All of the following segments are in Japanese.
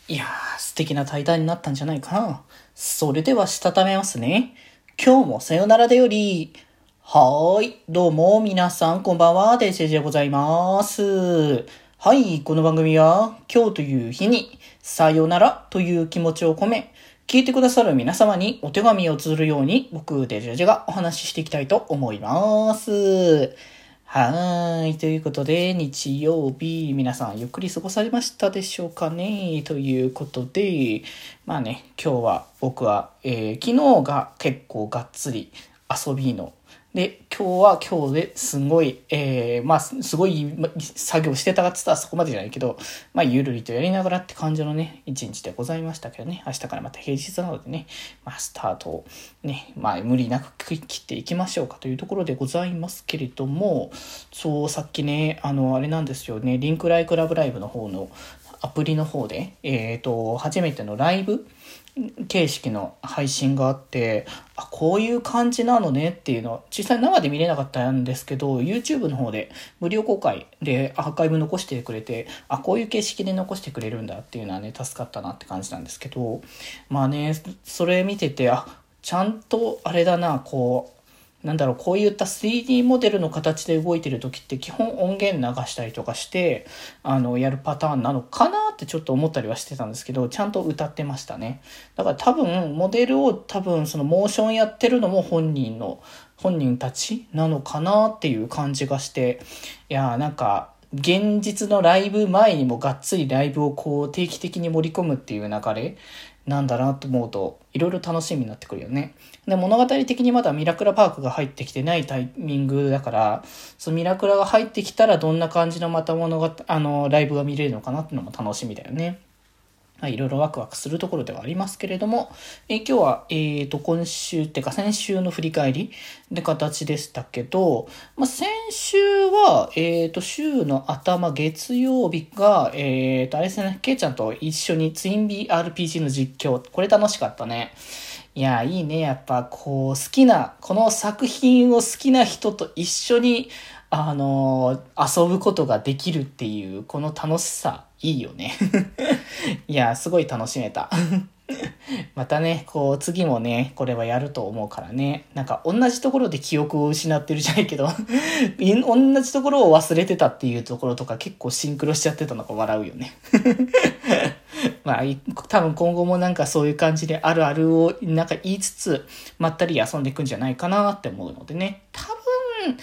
いや素敵な対談になったんじゃないかな。それではしたためますね。今日もさよならでより。はーい。どうも皆さんこんばんは。デジェジでございます。はい。この番組は今日という日にさよならという気持ちを込め、聞いてくださる皆様にお手紙を綴るように僕デジェジがお話ししていきたいと思います。はーい。ということで、日曜日、皆さんゆっくり過ごされましたでしょうかね。ということで、まあね、今日は僕は、昨日が結構がっつり遊びの。で、今日は今日ですごい、すごい作業してたかって言ったらそこまでじゃないけど、ゆるりとやりながらって感じのね、一日でございましたけどね、明日からまた平日なのでね、スタートをね、無理なく切っていきましょうかというところでございますけれども、そう、さっきね、あれなんですよね、リンクライクラブライブの方のアプリの方で、初めてのライブ形式の配信があって、こういう感じなのねっていうのは実際生で見れなかったんですけど、 YouTube の方で無料公開でアーカイブ残してくれて、こういう形式で残してくれるんだっていうのはね、助かったなって感じなんですけど、それ見てて、ちゃんとあれだな、こういった 3D モデルの形で動いてる時って基本音源流したりとかして、やるパターンなのかなってちょっと思ったりはしてたんですけど、ちゃんと歌ってましたね。だから多分、モデルをそのモーションやってるのも本人たちなのかなっていう感じがして、現実のライブ前にもがっつりライブをこう定期的に盛り込むっていう流れなんだなと思うと、いろいろ楽しみになってくるよね。で、物語的にまだミラクラパークが入ってきてないタイミングだから、そのミラクラが入ってきたらどんな感じのまたライブが見れるのかなっていうのも楽しみだよね。いろいろワクワクするところではありますけれども、今日は、今週ってか先週の振り返りって形でしたけど、先週は、週の頭月曜日が、あれですね、ケイちゃんと一緒にツインビー RPG の実況、これ楽しかったね。いや、いいね。やっぱ、この作品を好きな人と一緒に、遊ぶことができるっていう、この楽しさ、いいよね。いや、すごい楽しめた。またね、次もね、これはやると思うからね。同じところで記憶を失ってるじゃないけど、同じところを忘れてたっていうところとか結構シンクロしちゃってたのが笑うよね。多分今後もそういう感じであるあるを言いつつ、まったり遊んでいくんじゃないかなって思うのでね。多分、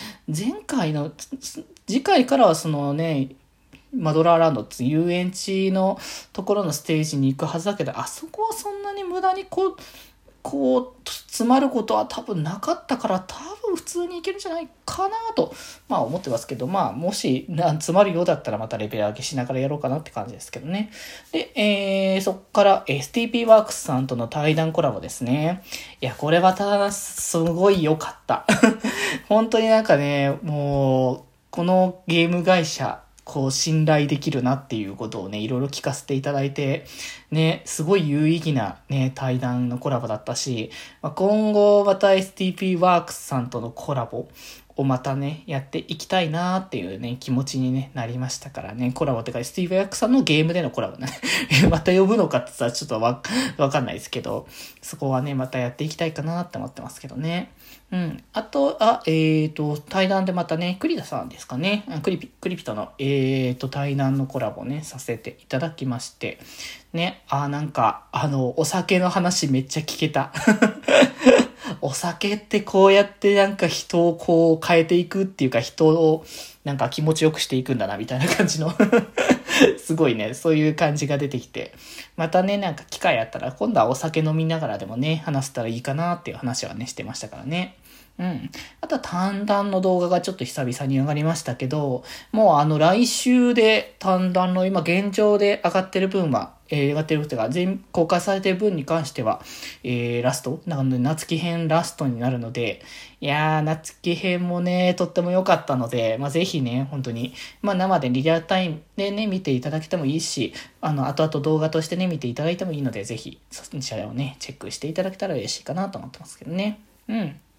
次回からはそのね、マドラーランドって遊園地のところのステージに行くはずだけど、あそこはそんなに無駄に詰まることは多分なかったから、多分普通に行けるんじゃないかなと、思ってますけど、もし詰まるようだったらまたレベル上げしながらやろうかなって感じですけどね。で、そっから STP ワークスさんとの対談コラボですね。いや、これはすごい良かった。本当にもう、このゲーム会社、信頼できるなっていうことをね、いろいろ聞かせていただいて、ね、すごい有意義なね、対談のコラボだったし、今後また STP ワークスさんとのコラボをまたね、やっていきたいなっていうね、気持ちに、ね、なりましたからね、コラボってか STP ワークスさんのゲームでのコラボね、また呼ぶのかって言ったらちょっとわかんないですけど、そこはね、またやっていきたいかなって思ってますけどね。うん。あと、対談でまたね、栗田さんですかね。クリピとの、対談のコラボね、させていただきまして。ね、お酒の話めっちゃ聞けた。お酒ってこうやって人を変えていくっていうか、人を気持ちよくしていくんだな、みたいな感じの。すごいね、そういう感じが出てきて。またね、機会あったら、今度はお酒飲みながらでもね、話せたらいいかなっていう話はね、してましたからね。うん。あとは単談の動画がちょっと久々に上がりましたけど、もう来週で単談の今現状で上がってる分は、上がってる分が全公開されてる分に関しては、ラストなので、夏希編ラストになるので、いやー、夏希編もね、とっても良かったので、ぜひね、本当に、生でリアルタイムでね、見ていただけてもいいし、後々動画としてね、見ていただいてもいいので、ぜひ、そちらをね、チェックしていただけたら嬉しいかなと思ってますけどね。うん。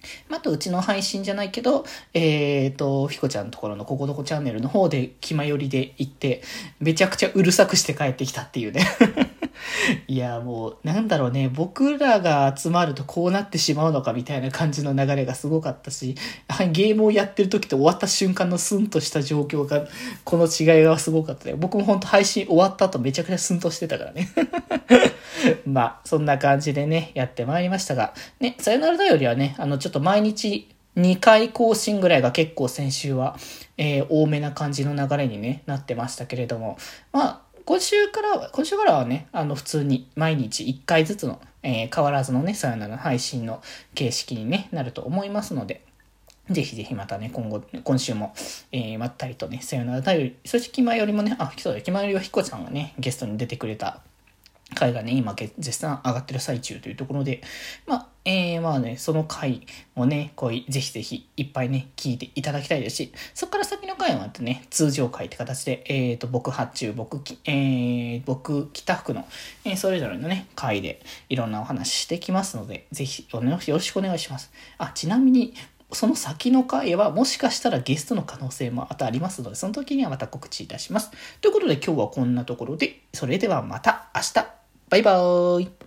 あとうちの配信じゃないけど、ひこちゃんのところのここどこチャンネルの方で気まよりで行って、めちゃくちゃうるさくして帰ってきたっていうね。いや、もう、なんだろうね、僕らが集まるとこうなってしまうのかみたいな感じの流れがすごかったし、ゲームをやってる時と終わった瞬間のスンとした状況が、この違いがすごかったね。僕も本当配信終わった後めちゃくちゃスンとしてたからね。まあ、そんな感じでね、やってまいりましたが、ね、さよならだよりはね、ちょっと毎日2回更新ぐらいが結構先週は、多めな感じの流れに、ね、なってましたけれども、まあ、今週からはね、普通に毎日1回ずつの、変わらずのね、さよなら配信の形式に、ね、なると思いますので、ぜひぜひまたね、今週も、まったりとね、さよならだより、そして気前よりもね、そうだ、気前よりはひこちゃんがね、ゲストに出てくれた回がね、今絶賛上がってる最中というところで、まあね、その回もね、ぜひぜひいっぱいね、聞いていただきたいですし、そこから先の回はね、通常回って形で、僕発注、僕北福の、それぞれのね、回でいろんなお話してきますので、ぜひよろしくお願いします。ちなみに、その先の回はもしかしたらゲストの可能性もまたありますので、その時にはまた告知いたします。ということで今日はこんなところで、それではまた明日。バイバーイ。